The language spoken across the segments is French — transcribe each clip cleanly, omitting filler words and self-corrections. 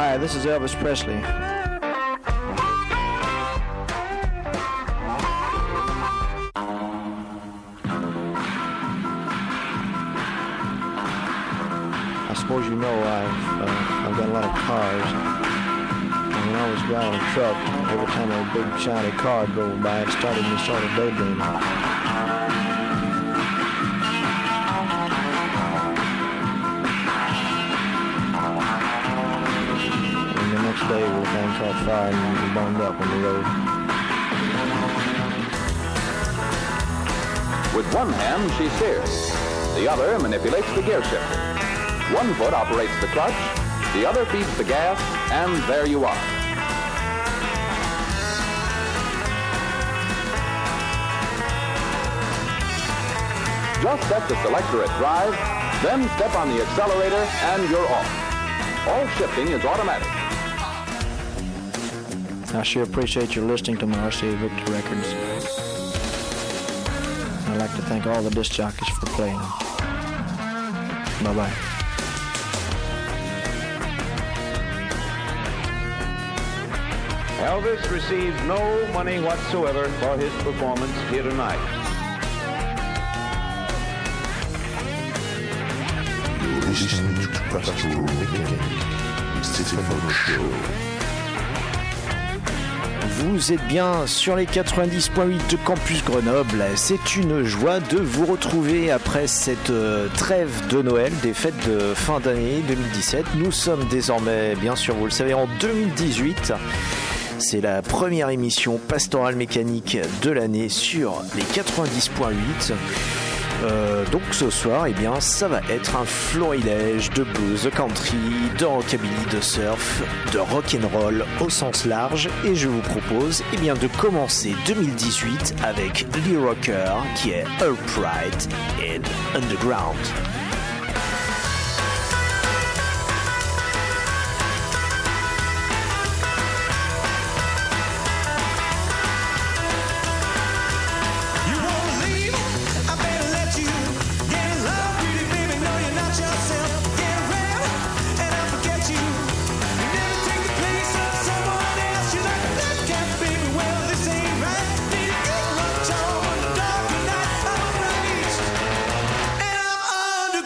Hi, this is Elvis Presley. I suppose you know I've got a lot of cars. And when I was driving a truck, every time a big shiny car drove by, it started me sort of daydreaming. And the next day, the thing caught fire and burned up on the road. With one hand, she steers. The other manipulates the gear shifter. One foot operates the clutch, the other feeds the gas, and there you are. Just set the selector at drive, then step on the accelerator, and you're off. All shifting is automatic. I sure appreciate your listening to my RCA Victor records. I'd like to thank all the disc jockeys for playing them. Bye-bye. Elvis receives no money whatsoever for his performance here tonight. You're listening to Pastoral Mechanic, Stephen Show. Vous êtes bien sur les 90.8 de Campus Grenoble. C'est une joie de vous retrouver après cette trêve de Noël, des fêtes de fin d'année 2017. Nous sommes désormais, bien sûr, vous le savez, en 2018. C'est la première émission pastorale mécanique de l'année sur les 90.8. Donc ce soir, eh bien, ça va être un florilège de blues, de country, de rockabilly, de surf, de rock'n'roll au sens large. Et je vous propose, eh bien, de commencer 2018 avec Lee Rocker, qui est Upright and Underground. And I'm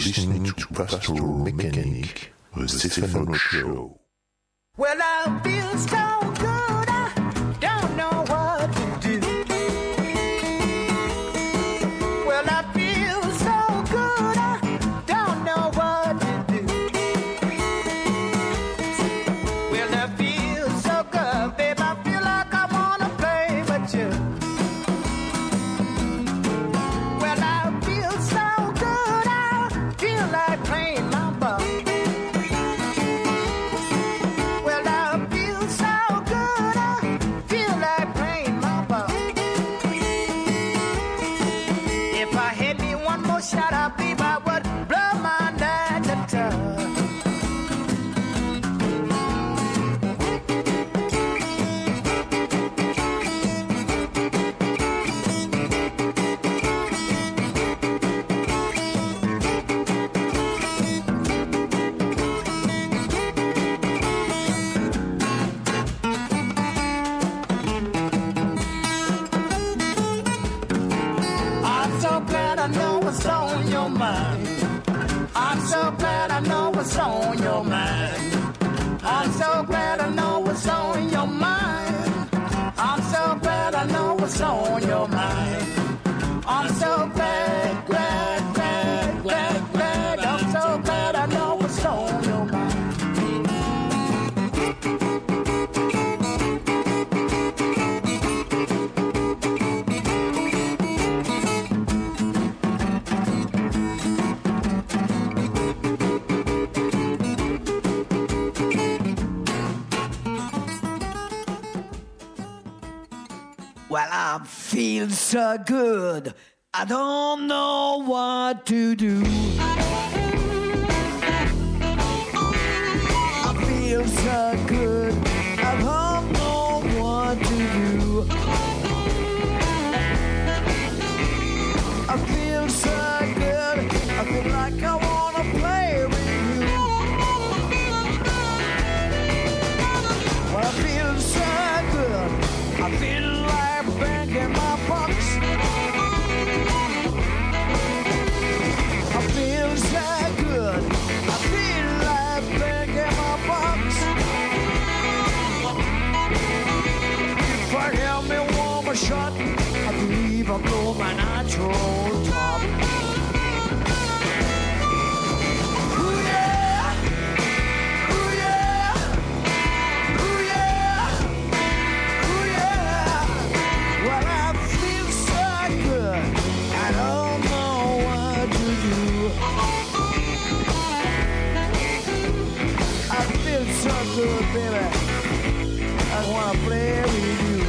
listening to Pastoral Mechanic, the Stefano Show. Well, I feel so good, I don't know what to do. Well, I feel so good, I don't know what to do. Well, I feel so good, babe, I feel like I wanna play with you. Well, I feel so good, I feel like playing my ball. Shut up, babe, I would blow my night to touch. I'm so glad I know what's on your mind. I'm so glad I know what's on your mind. I'm so glad I know what's on your mind. I'm so glad I know what's on your mind. I'm so glad, glad, glad, glad, glad. I'm so glad I know what's on your mind. Well, I feel so good, I don't know what to do. I feel so good, I don't know what to do. I feel so good, I feel like I wanna play with you. Well, I feel so good, I feel like back in my box. I feel so good, I feel like back in my box. If I help me one more shot, I believe I'll blow my natural top. Ooh yeah, ooh yeah, ooh yeah, ooh yeah. Well, I feel so good, I don't know what to do. I feel so good, baby, I wanna play with you.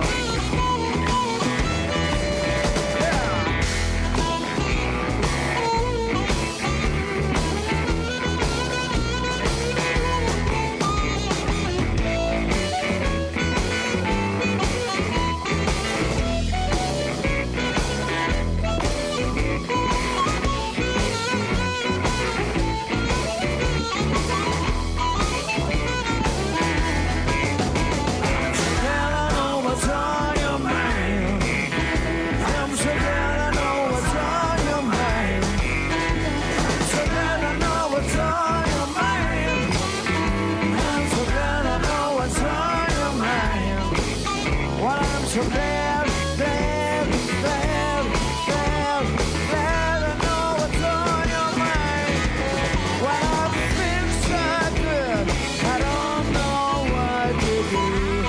So glad, glad, glad, glad, glad I know what's on your mind. Well, I feel so good, I don't know what to do.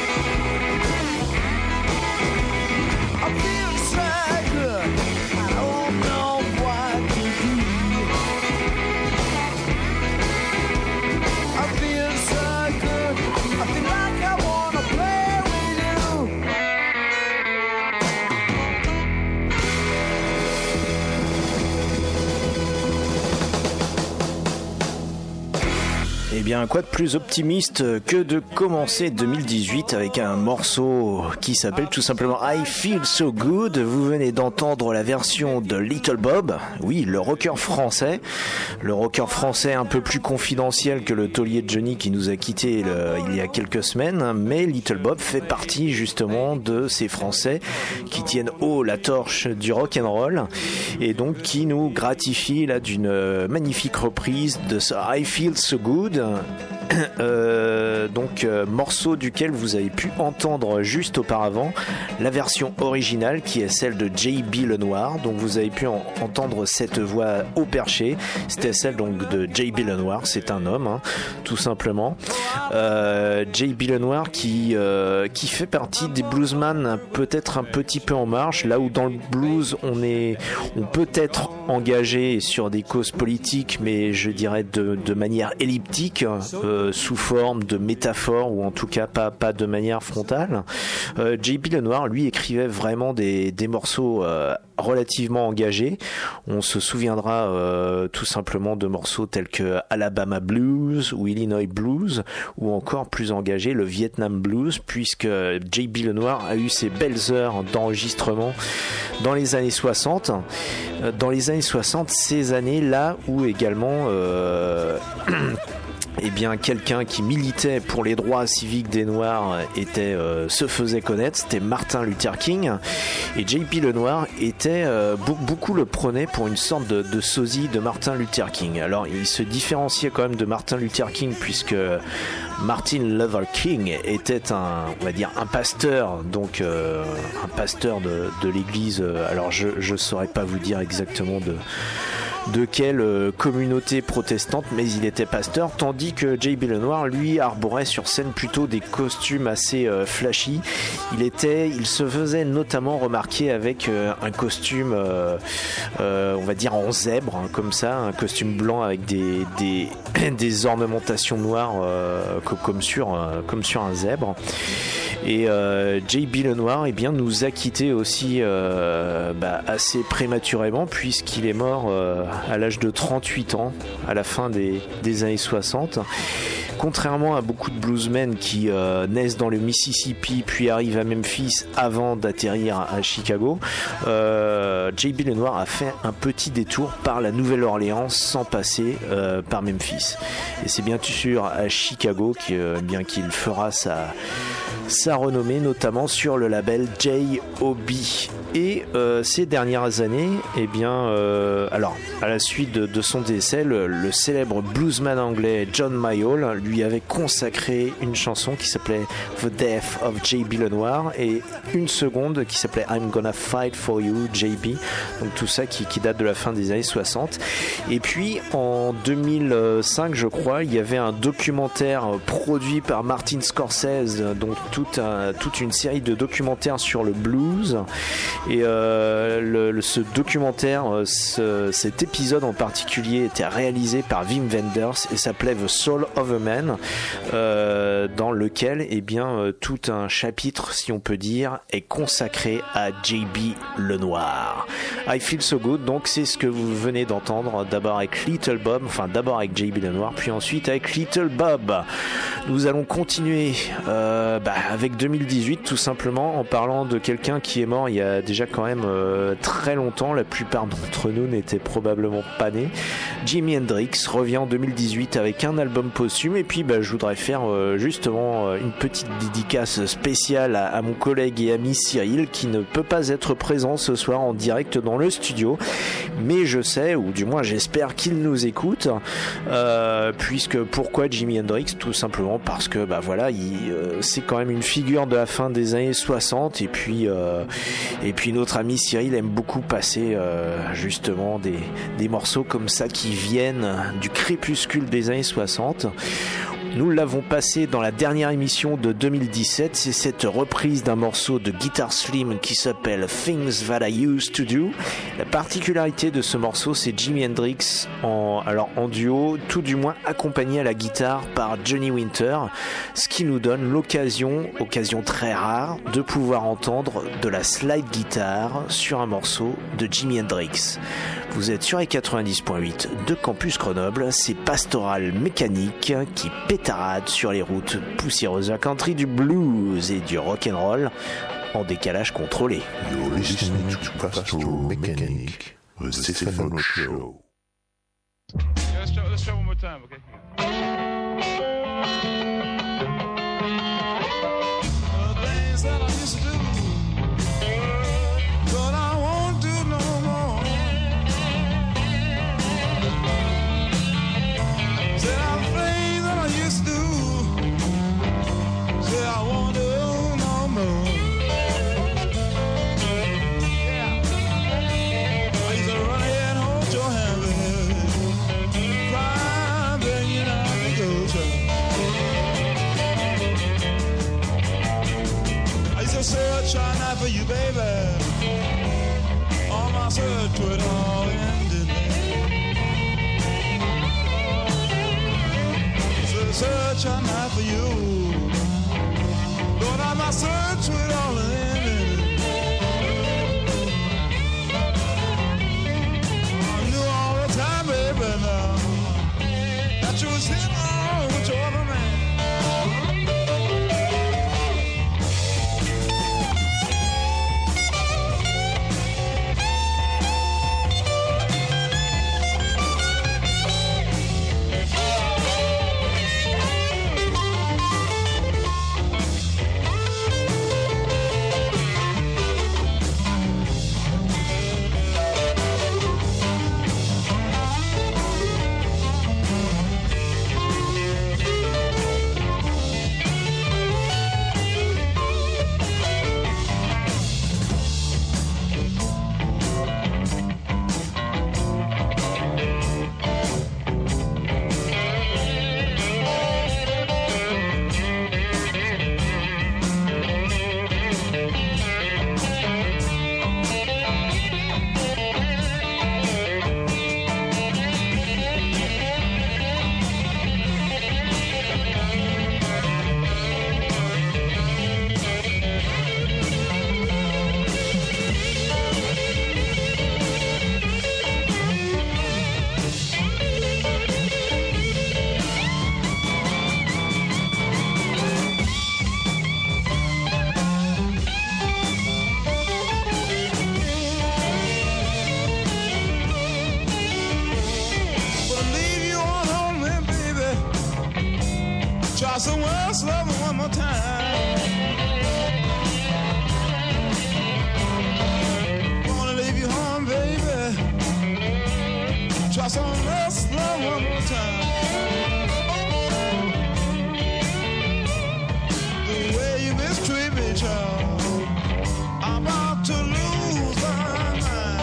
I feel so good, I don't know what to do. I feel so good, I feel like I wanna play with you. Eh bien, quoi de plus optimiste que de commencer 2018 avec un morceau qui s'appelle tout simplement I Feel So Good. Vous venez d'entendre la version de Little Bob, oui, le rocker français un peu plus confidentiel que le taulier de Johnny qui nous a quittés il y a quelques semaines, mais Little Bob fait partie justement de ces Français qui tiennent haut la torche du rock'n'roll et donc qui nous gratifie là d'une magnifique reprise de ce I Feel So Good. Morceau duquel vous avez pu entendre juste auparavant la version originale qui est celle de J.B. Lenoir, donc vous avez pu entendre cette voix au perché, c'était celle donc de J.B. Lenoir, c'est un homme hein, tout simplement. J.B. Lenoir qui fait partie des bluesman peut-être un petit peu en marge, là où dans le blues on peut être engagé sur des causes politiques, mais je dirais de manière elliptique, sous forme de métaphore ou en tout cas pas de manière frontale. J.B. Lenoir lui écrivait vraiment des morceaux relativement engagés. On se souviendra tout simplement de morceaux tels que Alabama Blues ou Illinois Blues, ou encore plus engagé le Vietnam Blues, puisque J.B. Lenoir a eu ses belles heures d'enregistrement dans les années 60. Dans les années 60, ces années-là où également eh bien, quelqu'un qui militait pour les droits civiques des Noirs se faisait connaître, c'était Martin Luther King, et J.B. Lenoir beaucoup le prenaient pour une sorte de sosie de Martin Luther King. Alors il se différenciait quand même de Martin Luther King puisque Martin Luther King était un pasteur, donc un pasteur de l'église. Alors je saurais pas vous dire exactement de quelle communauté protestante, mais il était pasteur, tandis que J.B. Lenoir, lui, arborait sur scène plutôt des costumes assez flashy. Il se faisait notamment remarquer avec un costume, on va dire en zèbre, hein, comme ça, un costume blanc avec des ornementations noires comme sur un zèbre. Et J.B. Lenoir, eh bien, nous a quittés aussi assez prématurément, puisqu'il est mort à l'âge de 38 ans, à la fin des années 60. Contrairement à beaucoup de bluesmen qui naissent dans le Mississippi puis arrivent à Memphis avant d'atterrir à Chicago, J.B. Lenoir a fait un petit détour par la Nouvelle-Orléans sans passer par Memphis. Et c'est bien sûr à Chicago qu'il fera sa renommée, notamment sur le label J.O.B. Et ces dernières années, eh bien, alors à la suite de son décès, le célèbre bluesman anglais John Mayall lui avait consacré une chanson qui s'appelait The Death of J.B. Lenoir et une seconde qui s'appelait I'm Gonna Fight for You J.B. Donc tout ça qui date de la fin des années 60. Et puis en 2005, je crois, il y avait un documentaire produit par Martin Scorsese, donc toute une série de documentaires sur le blues. Et ce documentaire, cet épisode en particulier était réalisé par Wim Wenders et s'appelait The Soul of a Man, dans lequel eh bien, tout un chapitre, si on peut dire, est consacré à J.B. Lenoir. I Feel So Good, donc c'est ce que vous venez d'entendre, d'abord avec Little Bob, enfin d'abord avec J.B. Lenoir, puis ensuite avec Little Bob. Nous allons continuer avec 2018 tout simplement en parlant de quelqu'un qui est mort il y a déjà quand même très longtemps. La plupart d'entre nous n'étaient probablement pas nés. Jimi Hendrix revient en 2018 avec un album posthume et puis je voudrais faire justement une petite dédicace spéciale à mon collègue et ami Cyril qui ne peut pas être présent ce soir en direct dans le studio, mais je sais, ou du moins j'espère qu'il nous écoute, puisque pourquoi Jimi Hendrix? Tout simplement parce que c'est quand même une figure de la fin des années 60 et puis notre ami Cyril aime beaucoup passer justement des morceaux comme ça qui viennent du crépuscule des années 60. Nous l'avons passé dans la dernière émission de 2017. C'est cette reprise d'un morceau de Guitar Slim qui s'appelle Things That I Used to Do. La particularité de ce morceau, c'est Jimi Hendrix en duo, tout du moins accompagné à la guitare par Johnny Winter, ce qui nous donne l'occasion très rare, de pouvoir entendre de la slide guitare sur un morceau de Jimi Hendrix. Vous êtes sur les 90.8 de Campus Grenoble, c'est Pastoral Mécanique qui pétarade sur les routes poussiéreuses à country, du blues et du rock'n'roll en décalage contrôlé. You're listening to Pastoral Mécanique, the Stefano Show. Let's try one more time, okay? Things that I used to do, but I won't do no more. Say all the things that I used to do, say I won't do no more. Yeah. I used to run ahead and hold your hand, baby. Cry, then you know I go I used to search all night for you, baby. All my search would all ended. Search all night for you. Lord, all my search would all ended. I knew all the time, baby, now that you was in on with your other man. Try someone else, love me one more time. Wanna leave you home, baby. Try someone else, love me one more time. The way you mistreat me, child, I'm about to lose my mind.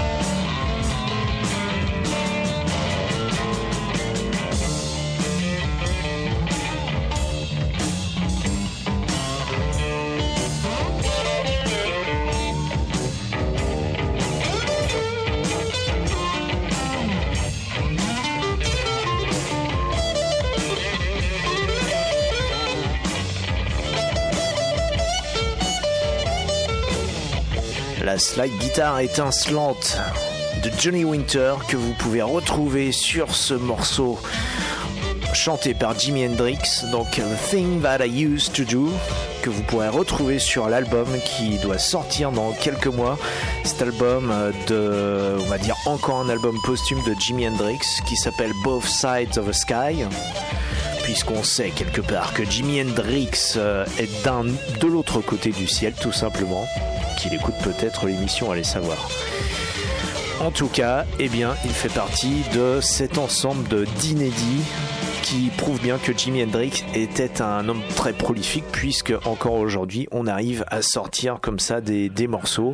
La slide guitare étincelante de Johnny Winter que vous pouvez retrouver sur ce morceau chanté par Jimi Hendrix, donc The Thing That I Used to Do, que vous pourrez retrouver sur l'album qui doit sortir dans quelques mois. Cet album on va dire encore un album posthume de Jimi Hendrix qui s'appelle Both Sides of the Sky, puisqu'on sait quelque part que Jimi Hendrix est de l'autre côté du ciel, tout simplement, qu'il écoute peut-être l'émission, allez savoir. En tout cas, eh bien, il fait partie de cet ensemble d'inédits qui prouve bien que Jimi Hendrix était un homme très prolifique, puisque encore aujourd'hui on arrive à sortir comme ça des morceaux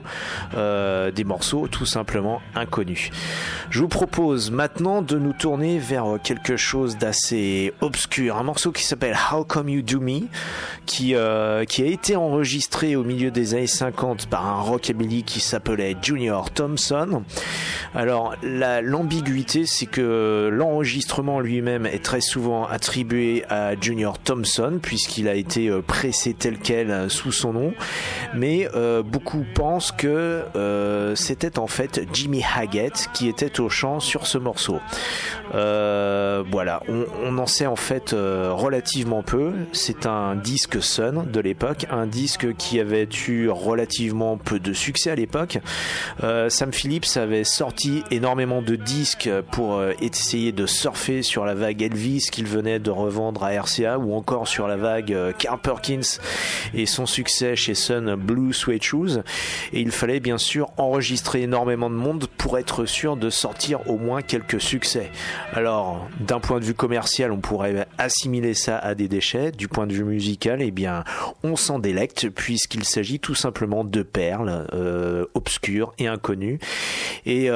tout simplement inconnus. Je vous propose maintenant de nous tourner vers quelque chose d'assez obscur, un morceau qui s'appelle How Come You Do Me, qui a été enregistré au milieu des années 50 par un rockabilly qui s'appelait Junior Thompson. Alors l'ambiguïté, c'est que l'enregistrement lui-même est très souvent attribué à Junior Thompson, puisqu'il a été pressé tel quel sous son nom, mais beaucoup pensent que c'était en fait Jimmy Haggett qui était au chant sur ce morceau. Voilà, on en sait en fait relativement peu. C'est un disque Sun de l'époque, un disque qui avait eu relativement peu de succès à l'époque. Sam Phillips avait sorti énormément de disques pour essayer de surfer sur la vague Elvis qu'il venait de revendre à RCA, ou encore sur la vague Carl Perkins et son succès chez Sun, Blue Suede Shoes. Et il fallait bien sûr enregistrer énormément de monde pour être sûr de sortir au moins quelques succès. Alors, d'un point de vue commercial, on pourrait assimiler ça à des déchets. Du point de vue musical, eh bien, on s'en délecte, puisqu'il s'agit tout simplement de perles obscures et inconnues, et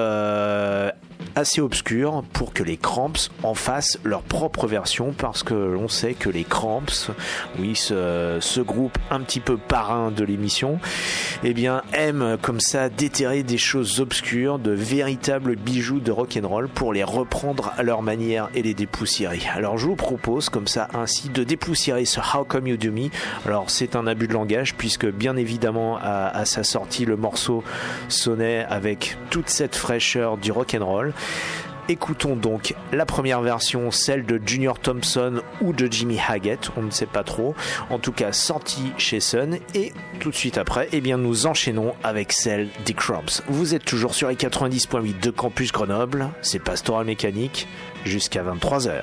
assez obscures pour que les Cramps en fassent leur propre version, parce que l'on sait que les Cramps, oui, ce groupe un petit peu parrain de l'émission, eh bien, aiment comme ça déterrer des choses obscures, de véritables bijoux de rock'n'roll, pour les reprendre à leur manière et les dépoussiérer. Alors je vous propose comme ça ainsi de dépoussiérer ce How Come You Do Me. Alors c'est un abus de langage, puisque bien évidemment à sa sortie le morceau sonnait avec toute cette fraîcheur du rock'n'roll. Écoutons donc la première version, celle de Junior Thompson ou de Jimmy Haggett, on ne sait pas trop, en tout cas sortie chez Sun, et tout de suite après, eh bien nous enchaînons avec celle des Cramps. Vous êtes toujours sur les 90.8 de Campus Grenoble, c'est Pastoral Mécanique, jusqu'à 23h.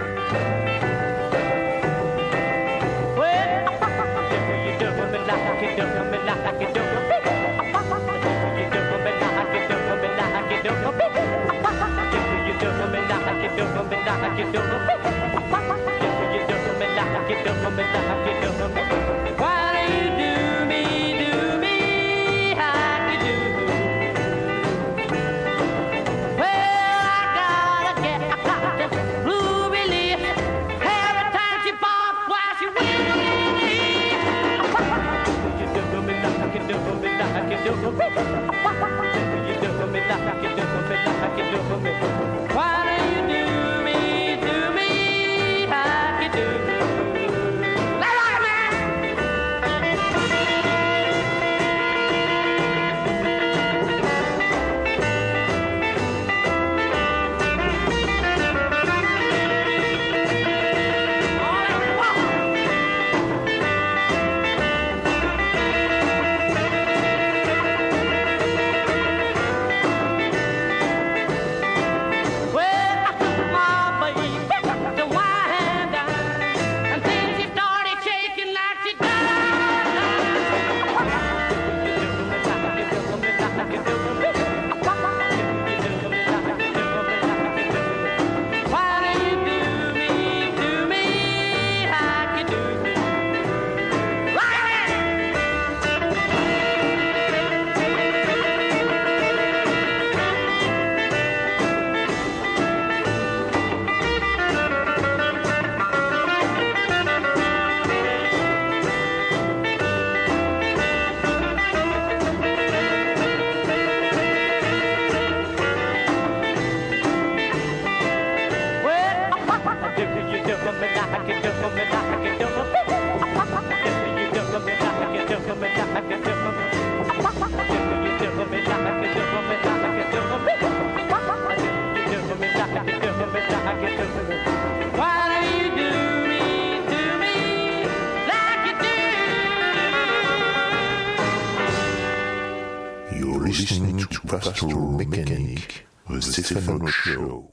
You're listening to Pastoral Mécanique, the Stefano Show.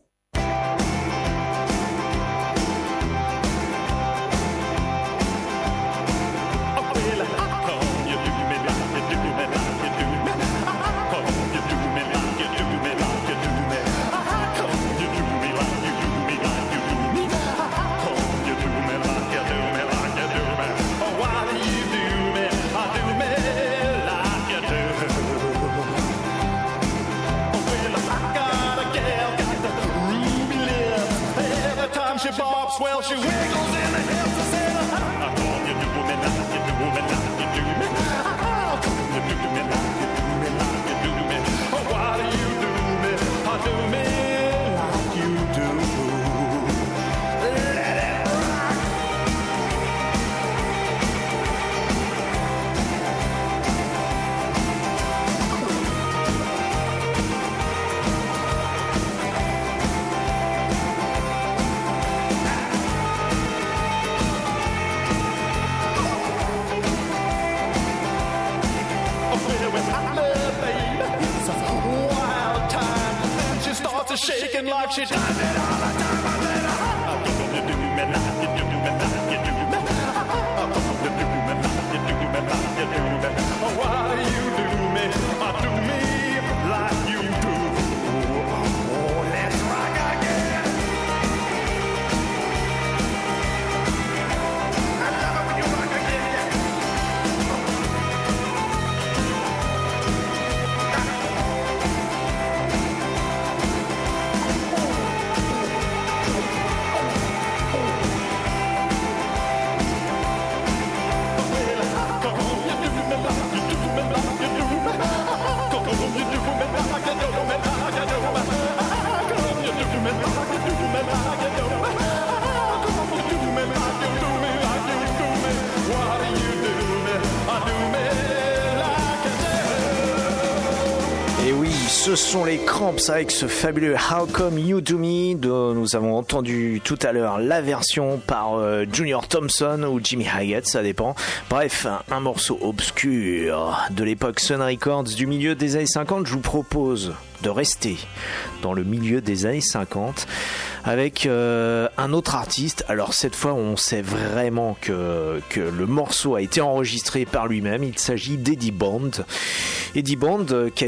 Well, she wiggles in the hips and says, how come you do me like you do me like you do me? How come you do me like you do me like you do me? Oh, why do you do me? I do me like you do. Let it rock. Shaking like she does it all the time. I let her, how come you do me like you do me like you do me? How come you do me like you do me like you do me? Oh, why do you do me? I do me like you do. Oh, let's rock again. I love it when you rock again, yeah. Et oui, ce sont les Cramps avec ce fabuleux How Come You Do Me dont nous avons entendu tout à l'heure la version par Junior Thompson ou Jimmy Haggett, ça dépend. Bref, un morceau obscur de l'époque Sun Records du milieu des années 50. Je vous propose de rester dans le milieu des années 50 avec un autre artiste. Alors cette fois on sait vraiment que le morceau a été enregistré par lui-même. Il s'agit d'Eddie Bond. Eddie Bond qui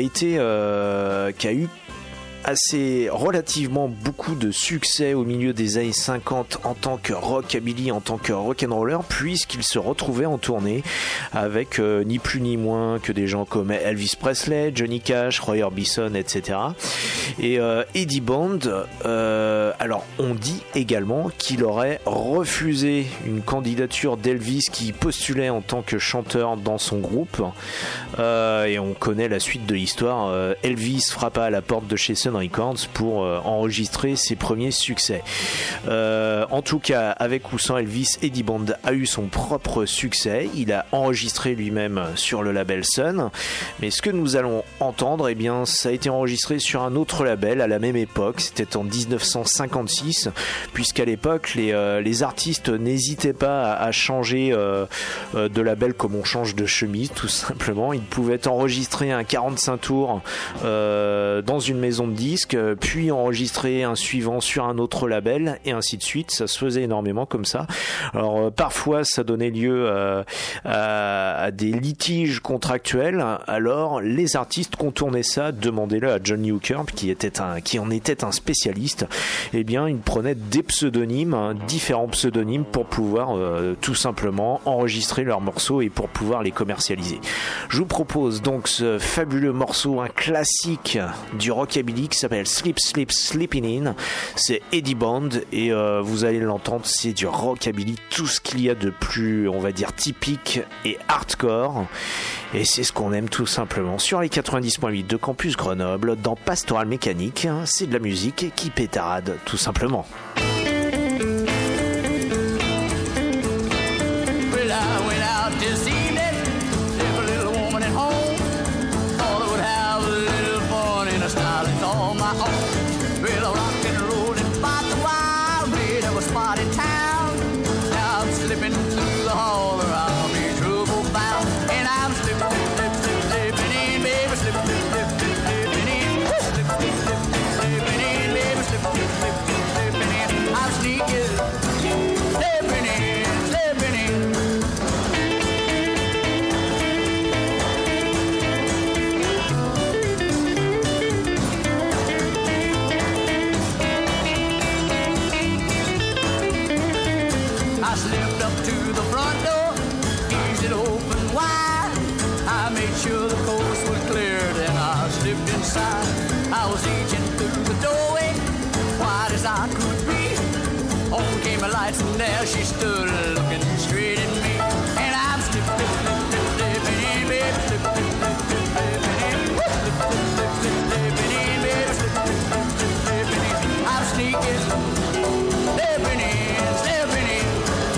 a eu assez relativement beaucoup de succès au milieu des années 50 en tant que rockabilly, en tant que rock'n'roller, puisqu'il se retrouvait en tournée avec ni plus ni moins que des gens comme Elvis Presley, Johnny Cash, Roy Orbison, etc. Et Eddie Bond, alors on dit également qu'il aurait refusé une candidature d'Elvis qui postulait en tant que chanteur dans son groupe, et on connaît la suite de l'histoire. Elvis frappa à la porte de chez Sun Records pour enregistrer ses premiers succès. En tout cas, avec ou sans Elvis, Eddie Bond a eu son propre succès. Il a enregistré lui-même sur le label Sun, mais ce que nous allons entendre, eh bien, ça a été enregistré sur un autre label à la même époque. C'était en 1956, puisqu'à l'époque les artistes n'hésitaient pas à changer de label comme on change de chemise, tout simplement. Ils pouvaient enregistrer un 45 tours dans une maison de disques, puis enregistrer un suivant sur un autre label, et ainsi de suite. Ça se faisait énormément comme ça. Alors parfois ça donnait lieu à des litiges contractuels. Alors les artistes contournaient ça. Demandez-le à John Newkirk qui en était un spécialiste. Eh bien il prenait des pseudonymes, différents pseudonymes, pour pouvoir tout simplement enregistrer leurs morceaux et pour pouvoir les commercialiser. Je vous propose donc ce fabuleux morceau, un classique du rockabilly qui s'appelle Sleep Sleep Sleeping In. C'est Eddie Bond et vous allez l'entendre, c'est du rockabilly, tout ce qu'il y a de plus, on va dire, typique et hardcore, et c'est ce qu'on aime tout simplement sur les 90.8 de Campus Grenoble. Dans Pastoral Mécanique, c'est de la musique qui pétarade tout simplement. I was reaching through the doorway, wide as I could be. Home came a light. lights, and there she stood looking straight at me. And I'm slip, slip, slip, slip, slipping in, baby, slip, slip, slip, slip, slipping in, slip, slip, slip, slip, slipping in, baby, slip, slip, slip, slip, slipping in. I'm sneaking, slipping in, slipping in.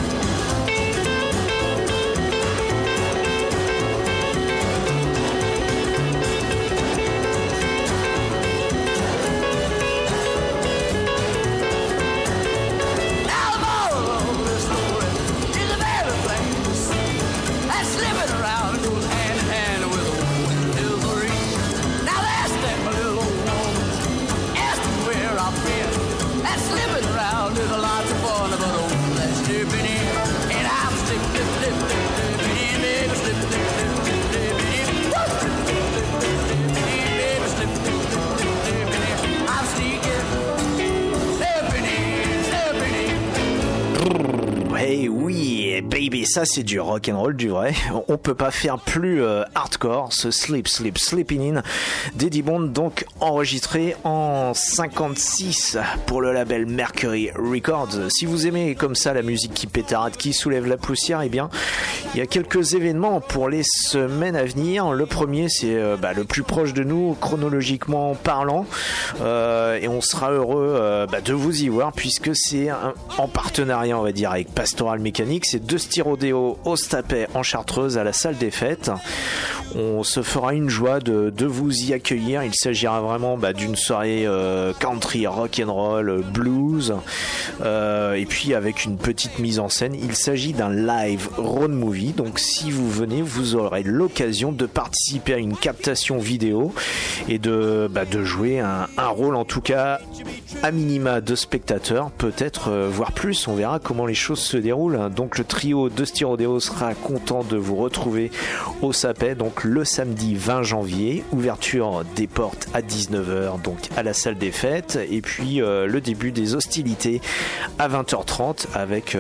Hey oui, baby, ça c'est du rock and roll du vrai. On peut pas faire plus hardcore. Ce Sleeping In d'Eddie Bond, donc enregistré en 56 pour le label Mercury Records. Si vous aimez comme ça la musique qui pétarade, qui soulève la poussière, eh bien il y a quelques événements pour les semaines à venir. Le premier c'est le plus proche de nous chronologiquement parlant, et on sera heureux de vous y voir puisque c'est en partenariat on va dire avec Pastoral Mécanique. C'est Dusty Rodeo au Stapet en Chartreuse à la salle des fêtes. On se fera une joie de vous y accueillir. Il s'agira vraiment d'une soirée country, rock and roll, blues, et puis avec une petite mise en scène. Il s'agit d'un live road movie. Donc si vous venez, vous aurez l'occasion de participer à une captation vidéo et de jouer un rôle, en tout cas à minima de spectateur, peut-être voire plus. On verra comment les choses se déroulent. Donc le trio Dusty Rodeo sera content de vous retrouver au Sapet, donc le samedi 20 janvier, ouverture des portes à 19h donc à la salle des fêtes, et puis le début des hostilités à 20h30 avec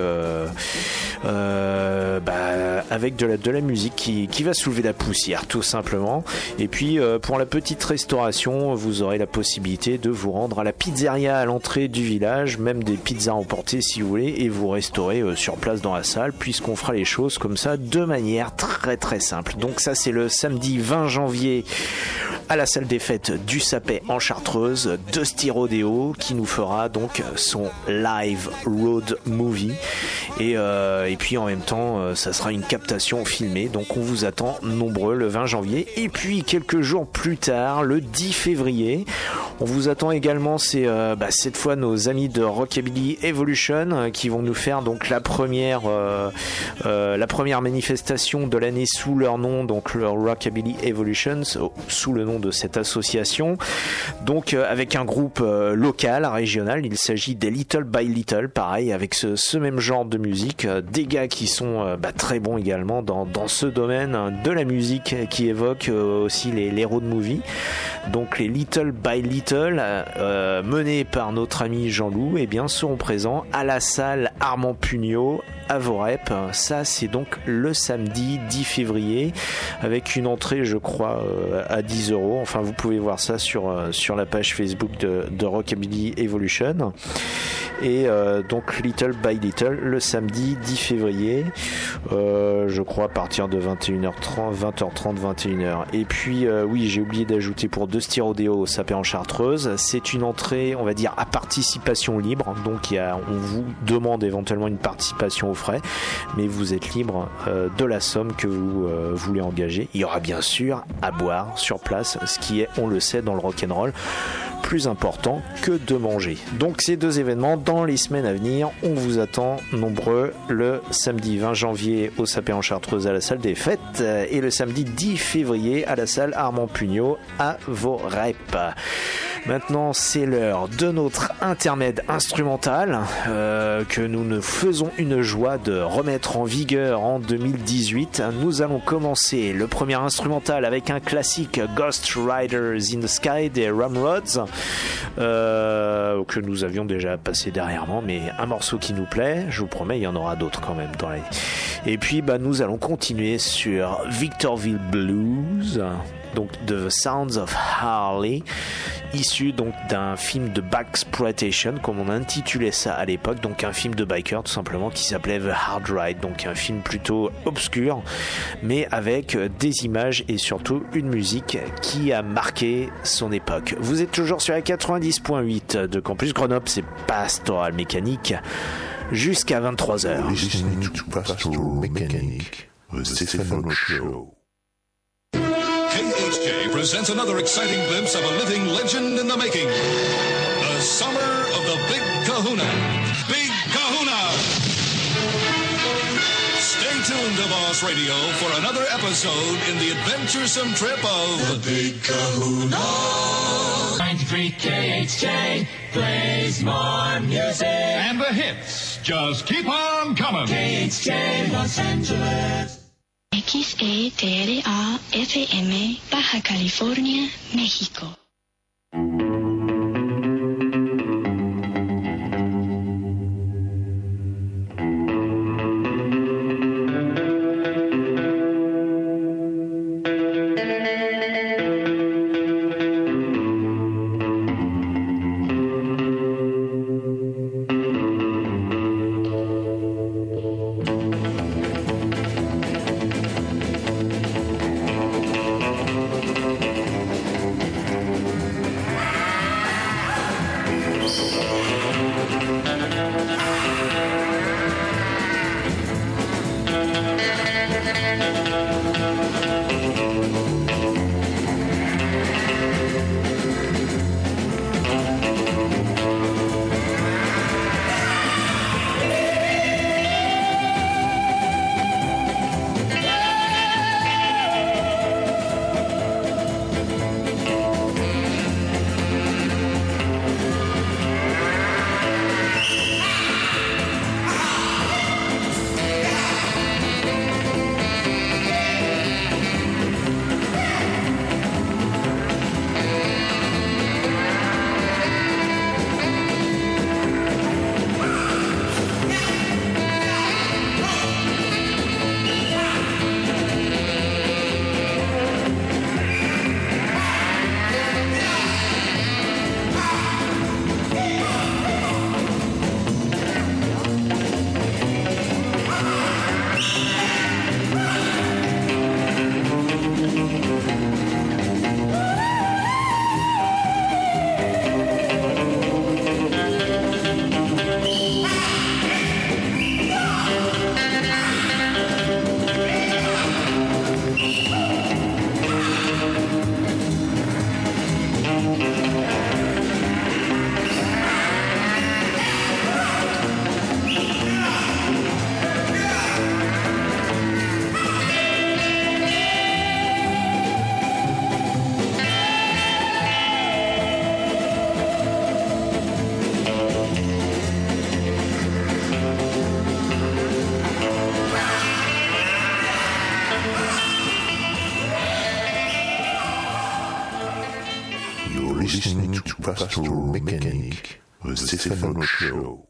de la musique qui va soulever la poussière tout simplement. Et puis pour la petite restauration, vous aurez la possibilité de vous rendre à la pizzeria à l'entrée du village, même des pizzas emportées si vous voulez, et vous restaurer sur place dans la salle, puisqu'on fera les choses comme ça de manière très très simple. Donc ça c'est le samedi 20 janvier à la salle des fêtes du Sapet en Chartreuse, Dusty Rodeo qui nous fera donc son live road movie, et puis en même temps ça sera une captation filmée, donc on vous attend nombreux le 20 janvier. Et puis quelques jours plus tard, le 10 février, on vous attend également. C'est cette fois nos amis de Rockabilly Evolution qui vont nous faire donc la première manifestation de l'année sous leur nom, donc le Rockabilly Evolution, sous le nom de cette association, donc avec un groupe local, régional. Il s'agit des Little by Little, pareil avec ce même genre de musique, des gars qui sont très bons également dans ce domaine de la musique qui évoque aussi les road movies. Donc les Little by Little, menés par notre ami Jean-Loup, seront présents à la salle Armand Pugnot à Vorep. Ça c'est donc le samedi 10 février avec une entrée je crois à 10 €. Enfin vous pouvez voir ça sur la page Facebook de Rockabilly Evolution. Et donc Little by Little le samedi 10 février, je crois à partir de 21h30, 20h30, 21h. Et puis oui, j'ai oublié d'ajouter pour Dusty Rodeo au Sapet en Chartreuse, c'est une entrée on va dire à participation libre, donc on vous demande éventuellement une participation aux frais, mais vous êtes libre de la somme que vous voulez engager. Il y aura bien sûr à boire sur place, ce qui est, on le sait, dans le rock'n'roll plus important que de manger. Donc ces deux événements dans les semaines à venir, on vous attend nombreux le samedi 20 janvier au Sapet en Chartreuse à la salle des fêtes, et le samedi 10 février à la salle Armand Pugnot à Vorep. Maintenant c'est l'heure de notre intermède instrumental que nous nous faisons une joie de remettre en vigueur en 2018. Nous allons commencer le premier instrumental avec un classique, Ghost Riders in the Sky des Ramrods, que nous avions déjà passé dernièrement, mais un morceau qui nous plaît, je vous promets il y en aura d'autres quand même dans la... Et puis nous allons continuer sur Victorville Blues, donc The Sounds of Harley, issu donc d'un film de Blaxploitation, comme on intitulait ça à l'époque, donc un film de biker tout simplement qui s'appelait The Hard Ride, donc un film plutôt obscur, mais avec des images et surtout une musique qui a marqué son époque. Vous êtes toujours sur la 90.8 de Campus Grenoble, c'est Pastoral Mécanique jusqu'à 23h. Listening to Pastoral Mechanic, the Stefano Show. KHJ presents another exciting glimpse of a living legend in the making. The summer of the Big Kahuna. Big Kahuna! Stay tuned to Boss Radio for another episode in the adventuresome trip of the Big Kahuna. 93 KHJ plays more music. And the hits just keep on coming. KHJ Los Angeles. XETRA FM, Baja California, México. Listening to Pastoral Mechanic, the Stefano Show.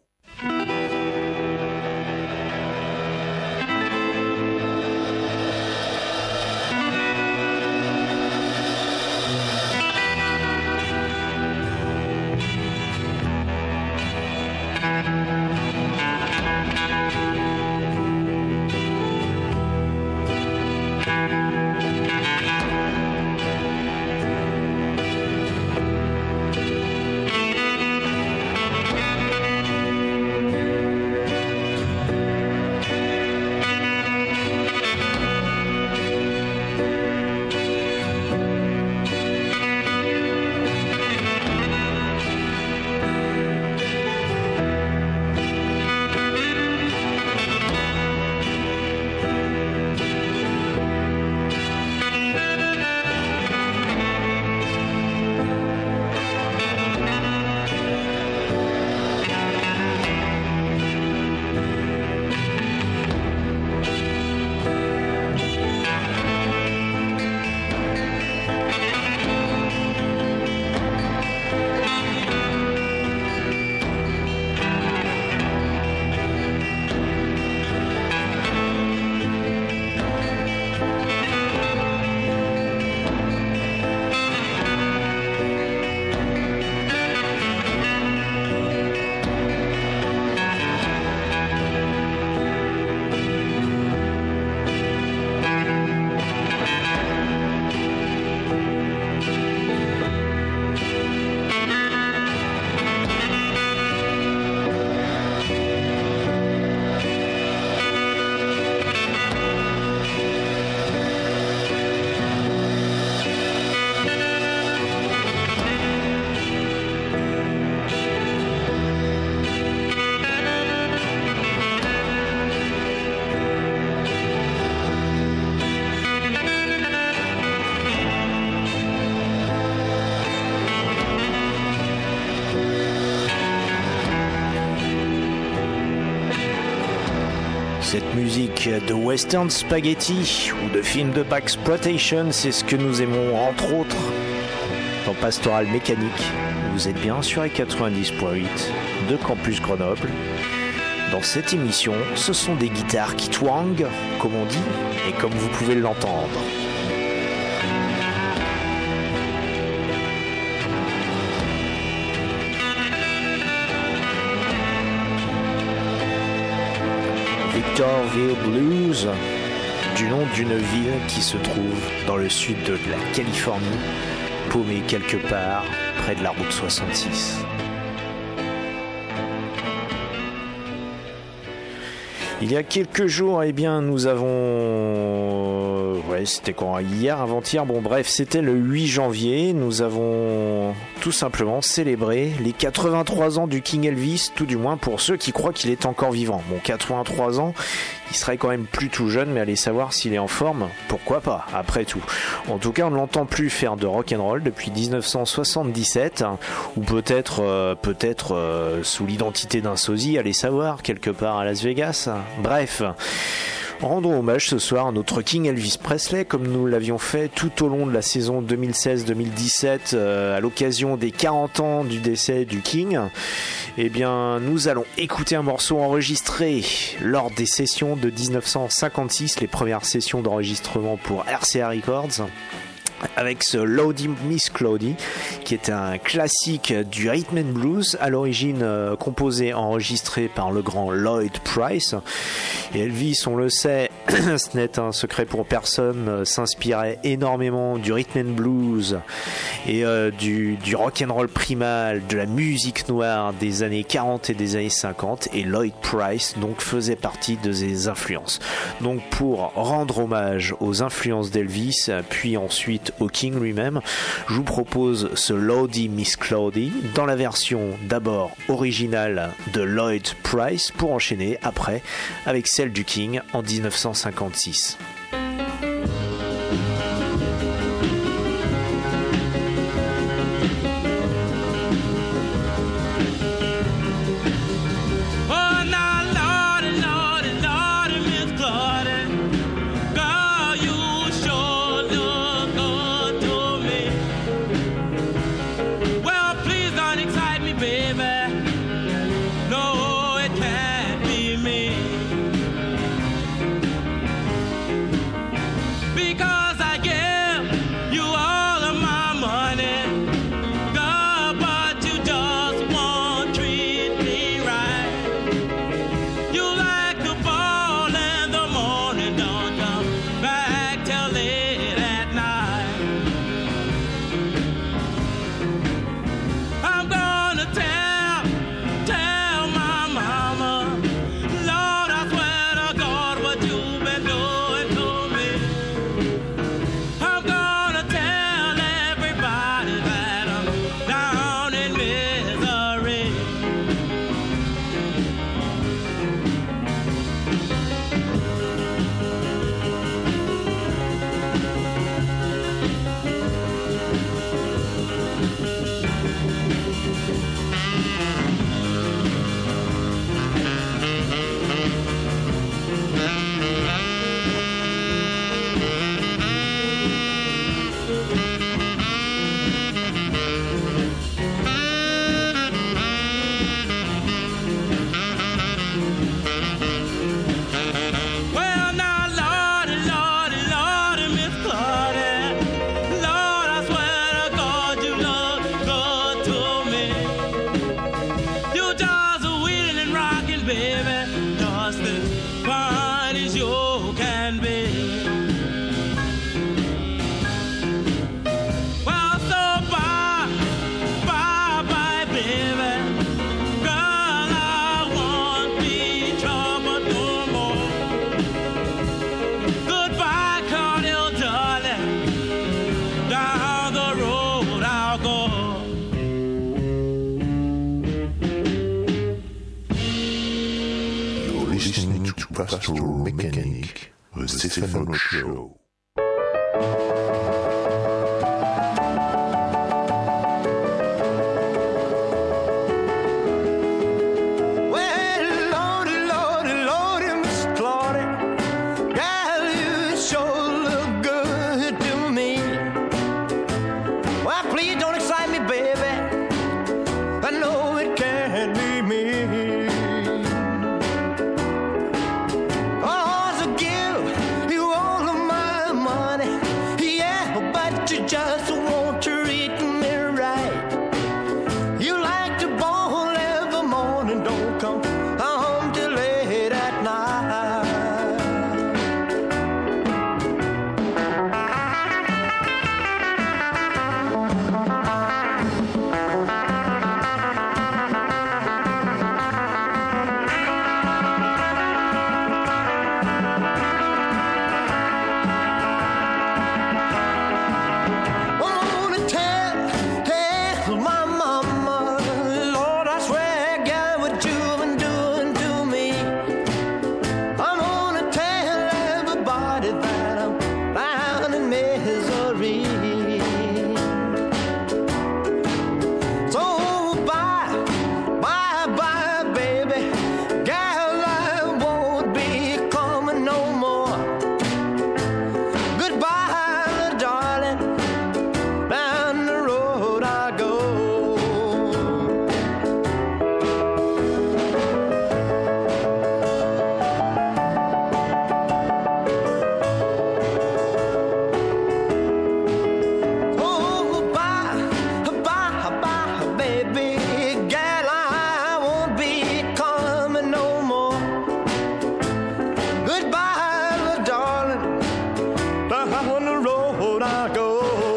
Cette musique de western spaghetti ou de film de blaxploitation, c'est ce que nous aimons entre autres dans Pastoral Mécanique. Vous êtes bien sur les 90.8 de Campus Grenoble. Dans cette émission, ce sont des guitares qui twangent, comme on dit, et comme vous pouvez l'entendre. Victorville Blues, du nom d'une ville qui se trouve dans le sud de la Californie, paumée quelque part près de la route 66. Il y a quelques jours, eh bien, nous avons... c'était quoi ? Hier, avant-hier, bon bref, c'était le 8 janvier. Nous avons tout simplement célébré les 83 ans du King Elvis, tout du moins pour ceux qui croient qu'il est encore vivant. Bon, 83 ans, il serait quand même plus tout jeune, mais allez savoir s'il est en forme, pourquoi pas, après tout. En tout cas, on ne l'entend plus faire de rock'n'roll depuis 1977, ou peut-être sous l'identité d'un sosie, allez savoir, quelque part à Las Vegas. Bref, rendons hommage ce soir à notre King Elvis Presley, comme nous l'avions fait tout au long de la saison 2016-2017, à l'occasion des 40 ans du décès du King. Eh bien, nous allons écouter un morceau enregistré lors des sessions de 1956, les premières sessions d'enregistrement pour RCA Records, avec ce Lordy Miss Cloudy, qui est un classique du rhythm and blues, à l'origine composé, enregistré par le grand Lloyd Price. Et Elvis, on le sait, ce n'est un secret pour personne, s'inspirait énormément du rhythm and blues et du rock and roll primal, de la musique noire des années 40 et des années 50, et Lloyd Price donc faisait partie de ses influences. Donc pour rendre hommage aux influences d'Elvis, puis ensuite au King lui-même, je vous propose ce Lordy Miss Cloudy dans la version d'abord originale de Lloyd Price, pour enchaîner après avec celle du King en 1956. Pastoral Mécanique, The Stefano Show. Well, Lordy, Lordy, Lordy, Miss Claudia. Goodbye, little darling. Down the road I go.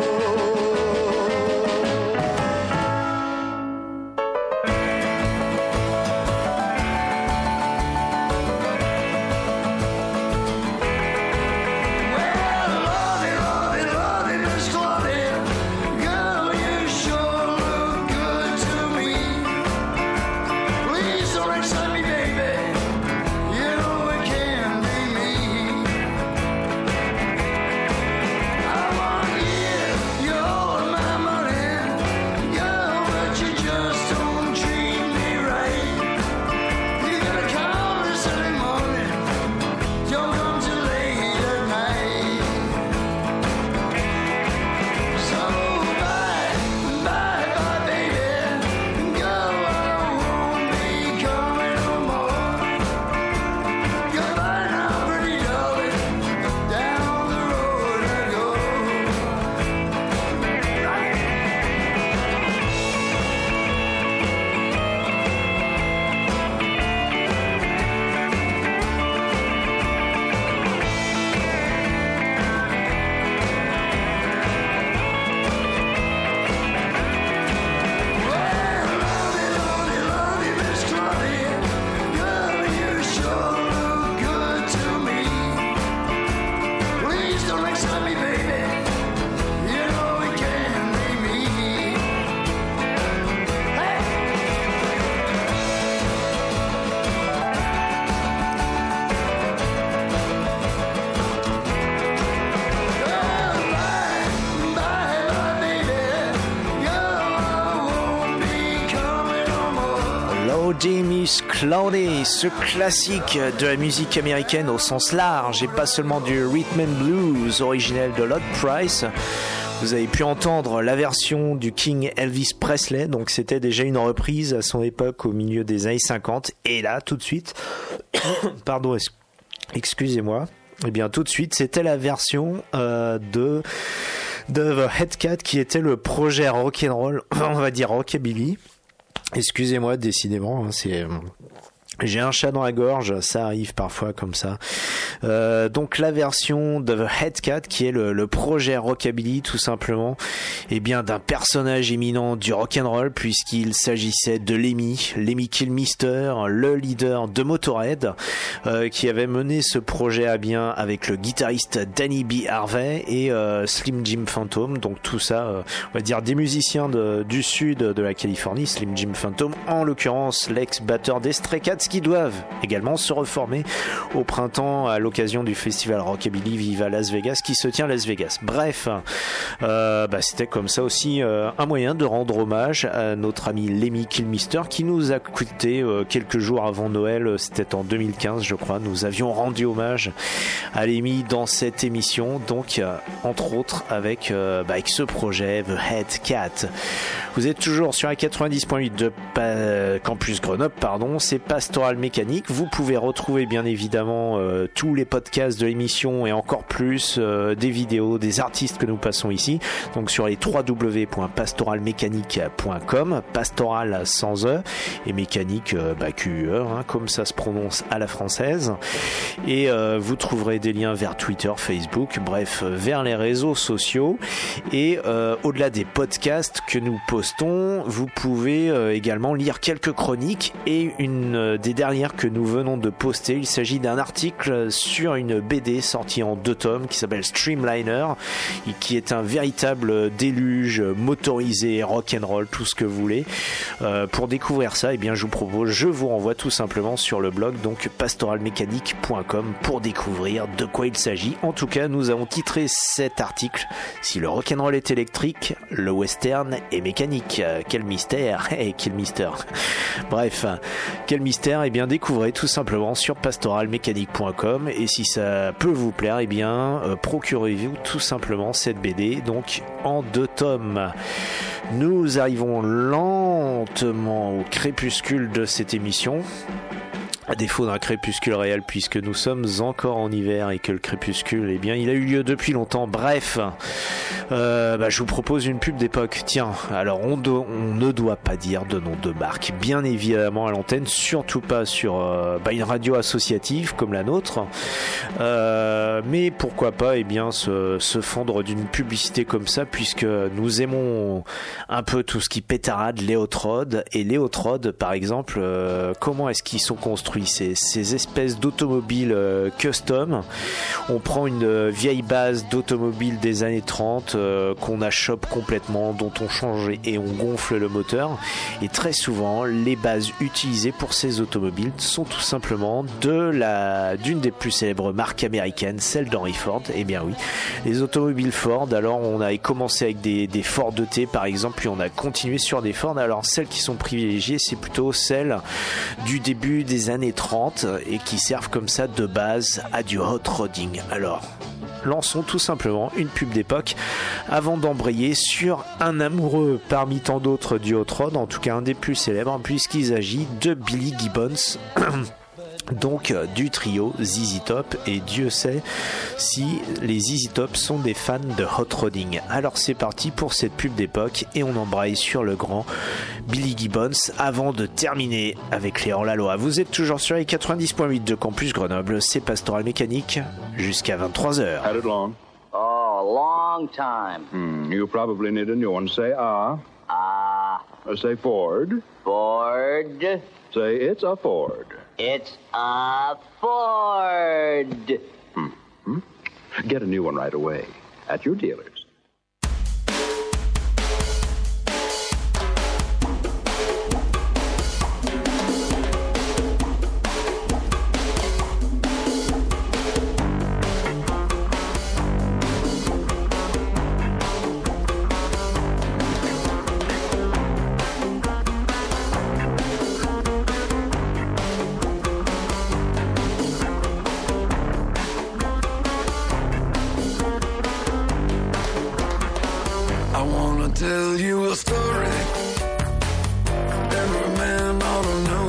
Miss Cloudy, ce classique de la musique américaine au sens large et pas seulement du rhythm and blues originel de Lord Price. Vous avez pu entendre la version du King Elvis Presley, donc c'était déjà une reprise à son époque au milieu des années 50. Et là, tout de suite, pardon, excusez-moi, eh bien tout de suite, c'était la version de The Headcat qui était le projet rock'n'roll, on va dire rockabilly. Excusez-moi, décidément, hein, c'est... J'ai un chat dans la gorge, ça arrive parfois comme ça. Donc la version de The Headcat, qui est le projet rockabilly tout simplement, et bien d'un personnage éminent du rock'n'roll, puisqu'il s'agissait de Lemmy Kilmister, le leader de Motorhead, qui avait mené ce projet à bien avec le guitariste Danny B. Harvey et Slim Jim Phantom. Donc tout ça, on va dire des musiciens du sud de la Californie. Slim Jim Phantom, en l'occurrence l'ex-batteur des Stray Cats, qui doivent également se reformer au printemps à l'occasion du festival Rockabilly Viva Las Vegas qui se tient à Las Vegas. Bref, c'était comme ça aussi un moyen de rendre hommage à notre ami Lemmy Kilmister qui nous a quitté quelques jours avant Noël, c'était en 2015 je crois. Nous avions rendu hommage à Lemmy dans cette émission, donc entre autres avec ce projet The Headcat. Vous êtes toujours sur la 90.8 de Campus Grenoble, c'est Pastoral Mécanique. Vous pouvez retrouver bien évidemment tous les podcasts de l'émission et encore plus des vidéos des artistes que nous passons ici, donc sur les www.pastoralmécanique.com, pastoral sans E et mécanique QE, comme ça se prononce à la française, et vous trouverez des liens vers Twitter, Facebook, bref vers les réseaux sociaux. Et au-delà des podcasts que nous postons, vous pouvez également lire quelques chroniques, et une des dernières que nous venons de poster, il s'agit d'un article sur une BD sortie en 2 tomes qui s'appelle Streamliner, et qui est un véritable déluge motorisé, rock'n'roll, tout ce que vous voulez. Pour découvrir ça, je vous renvoie tout simplement sur le blog, donc pastoralmécanique.com, pour découvrir de quoi il s'agit. En tout cas, nous avons titré cet article Si le rock'n'roll est électrique, le western est mécanique. Quel mystère, quel mystère. Bref, quel mystère, découvrez tout simplement sur pastoralmécanique.com, et si ça peut vous plaire, procurez-vous tout simplement cette BD, donc en 2 tomes. Nous arrivons lentement au crépuscule de cette émission. À défaut d'un crépuscule réel, puisque nous sommes encore en hiver et que le crépuscule, eh bien, il a eu lieu depuis longtemps. Bref, je vous propose une pub d'époque. Tiens, alors on ne doit pas dire de nom de marque, bien évidemment à l'antenne, surtout pas sur une radio associative comme la nôtre. Mais pourquoi pas, eh bien, se fendre d'une publicité comme ça, puisque nous aimons un peu tout ce qui pétarade les hot rods. Et les hot rods, par exemple, comment est-ce qu'ils sont construits? Ces espèces d'automobiles custom. On prend une vieille base d'automobile des années 30 qu'on achoppe complètement, dont on change et on gonfle le moteur. Et très souvent, les bases utilisées pour ces automobiles sont tout simplement d'une des plus célèbres marques américaines, celle d'Henry Ford. Eh bien oui, les automobiles Ford. Alors on a commencé avec des Ford ET par exemple, puis on a continué sur des Ford. Alors celles qui sont privilégiées, c'est plutôt celles du début des années 30 et qui servent comme ça de base à du hot rodding. Alors, lançons tout simplement une pub d'époque avant d'embrayer sur un amoureux parmi tant d'autres du hot rod, en tout cas un des plus célèbres, puisqu'il s'agit de Billy Gibbons. Donc du trio ZZ Top, et Dieu sait si les ZZ Top sont des fans de hot rodding. Alors c'est parti pour cette pub d'époque et on embraye sur le grand Billy Gibbons avant de terminer avec les hors-la-loi. Vous êtes toujours sur les 90.8 de Campus Grenoble, c'est Pastoral Mécanique jusqu'à 23h. Had it long? Oh, a long time. You probably need a new one. Say say Ford. Ford. Say it's a Ford. It's a Ford. Get a new one right away at your dealers. Tell you a story every man ought to know.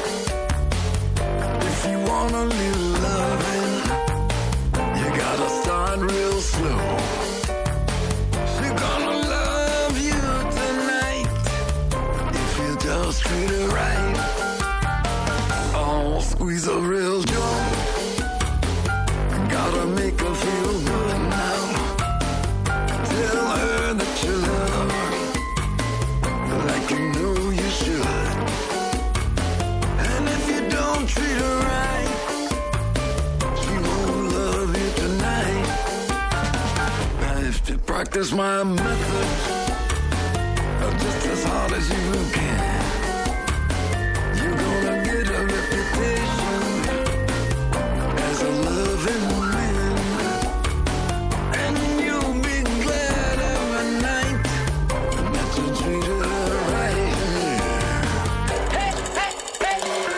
If you want a little loving, you gotta start real slow. She's gonna love you tonight if you just treat her right. Oh, squeeze a real joy, gotta make her feel good now. Tell her that you love her like you know you should. And if you don't treat her right, she won't love you tonight. Now if you practice my method just as hard as you can, you're gonna get a reputation as a loving man. And you'll be glad every night that you treat her right. Hey, hey, hey.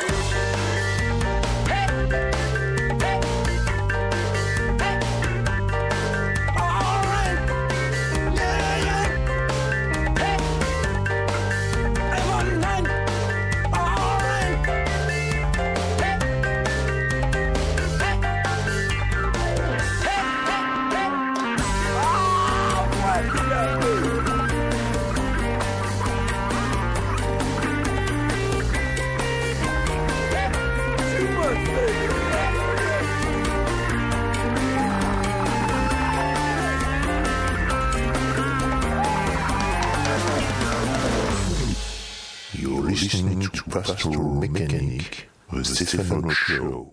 Hey, hey, hey. All right. Yeah, yeah. Hey. Every night. All right. Hey. Hey. Hey. Hey, hey. All right. Yeah. Too much, baby. You're listening to Pastoral Mechanic, the Stefano Show.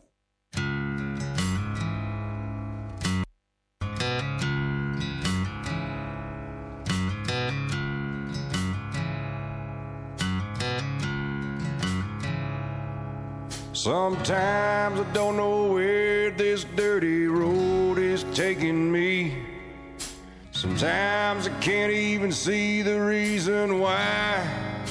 Sometimes I don't know where this dirty road is taking me. Sometimes I can't even see the reason why.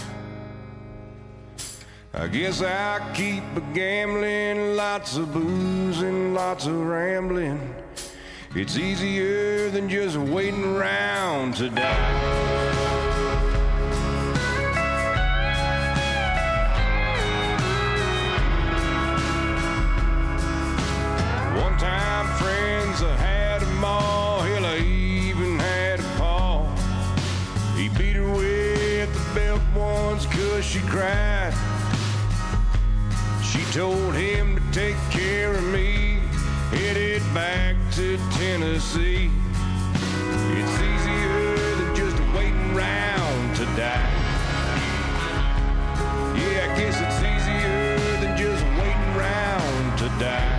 I guess I keep gambling, lots of booze and lots of rambling. It's easier than just waiting around to die. Yes, I had a ma, hell, I even had a pa. He beat her with the belt once 'cause she cried. She told him to take care of me, headed back to Tennessee. It's easier than just waiting around to die. Yeah, I guess it's easier than just waiting around to die.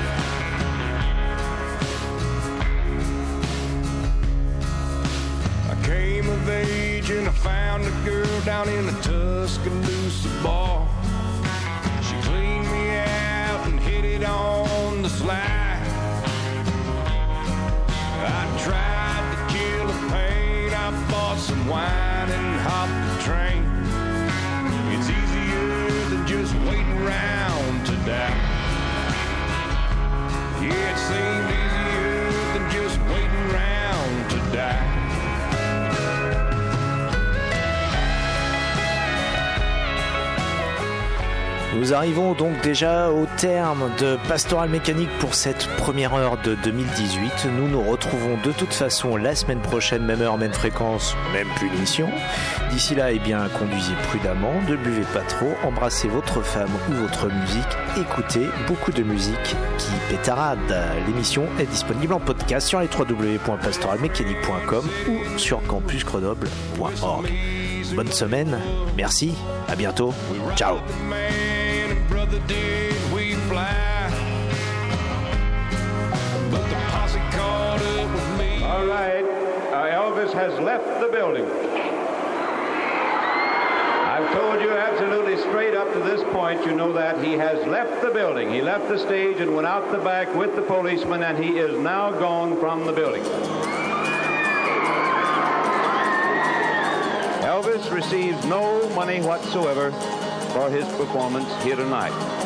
I came of age and I found a girl down in a Tuscaloosa bar. She cleaned me out and hit it on the slide. I tried to kill the pain. I bought some wine and hopped the train. It's easier than just waiting around to die. Yeah, it seemed easier than just waiting around to die. Nous arrivons donc déjà au terme de Pastoral Mécanique pour cette première heure de 2018. Nous nous retrouvons de toute façon la semaine prochaine, même heure, même fréquence, même punition. D'ici là, eh bien, conduisez prudemment, ne buvez pas trop, embrassez votre femme ou votre musique, écoutez beaucoup de musique qui pétarade. L'émission est disponible en podcast sur les www.pastoralmécanique.com ou sur campusgrenoble.org. Bonne semaine, merci, à bientôt, ciao. Brother, did we fly? But the posse caught up with me. All right, Elvis has left the building. I've told you absolutely straight up to this point, you know that he has left the building. He left the stage and went out the back with the policeman, and he is now gone from the building. Elvis receives no money whatsoever for his performance here tonight.